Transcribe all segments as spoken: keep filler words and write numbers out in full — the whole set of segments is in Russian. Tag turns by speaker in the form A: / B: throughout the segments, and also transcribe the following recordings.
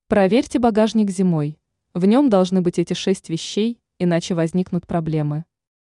A: Проверьте багажник зимой. В нем должны быть эти шесть вещей, иначе возникнут проблемы.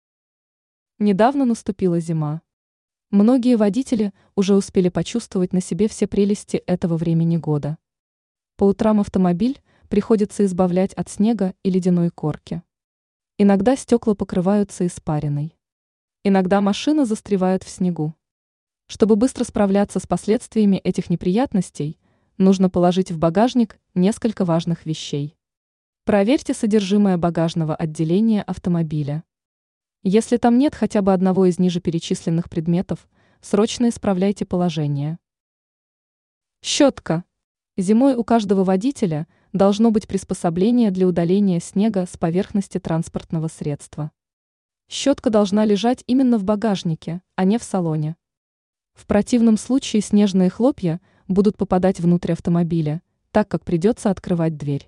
A: Недавно наступила зима. Многие водители уже успели почувствовать на себе все прелести этого времени года. По утрам автомобиль приходится избавлять от снега и ледяной корки. Иногда стекла покрываются испариной. Иногда машина застревает в снегу. Чтобы быстро справляться с последствиями этих неприятностей, нужно положить в багажник несколько важных вещей. Проверьте содержимое багажного отделения автомобиля. Если там нет хотя бы одного из ниже перечисленных предметов, срочно исправляйте положение. Щетка. Зимой у каждого водителя должно быть приспособление для удаления снега с поверхности транспортного средства. Щетка должна лежать именно в багажнике, а не в салоне. В противном случае снежные хлопья будут попадать внутрь автомобиля, так как придется открывать дверь.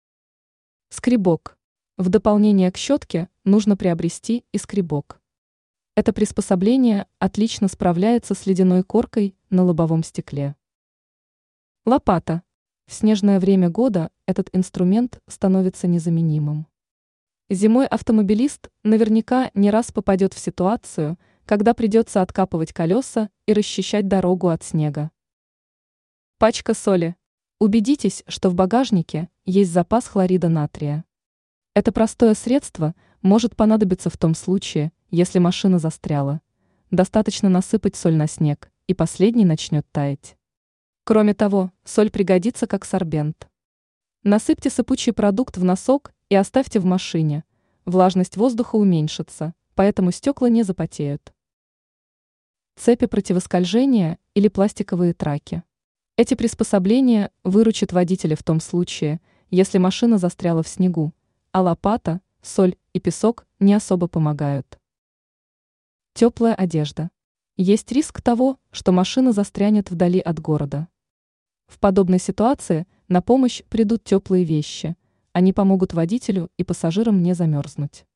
A: Скребок. В дополнение к щетке нужно приобрести и скребок. Это приспособление отлично справляется с ледяной коркой на лобовом стекле. Лопата. В снежное время года этот инструмент становится незаменимым. Зимой автомобилист наверняка не раз попадет в ситуацию, когда придется откапывать колеса и расчищать дорогу от снега. Пачка соли. Убедитесь, что в багажнике есть запас хлорида натрия. Это простое средство может понадобиться в том случае, если машина застряла. Достаточно насыпать соль на снег, и последний начнет таять. Кроме того, соль пригодится как сорбент. Насыпьте сыпучий продукт в носок и оставьте в машине. Влажность воздуха уменьшится, поэтому стекла не запотеют. Цепи противоскольжения или пластиковые траки. Эти приспособления выручат водителя в том случае, если машина застряла в снегу, а лопата, соль и песок не особо помогают. Теплая одежда. Есть риск того, что машина застрянет вдали от города. В подобной ситуации на помощь придут теплые вещи. Они помогут водителю и пассажирам не замерзнуть.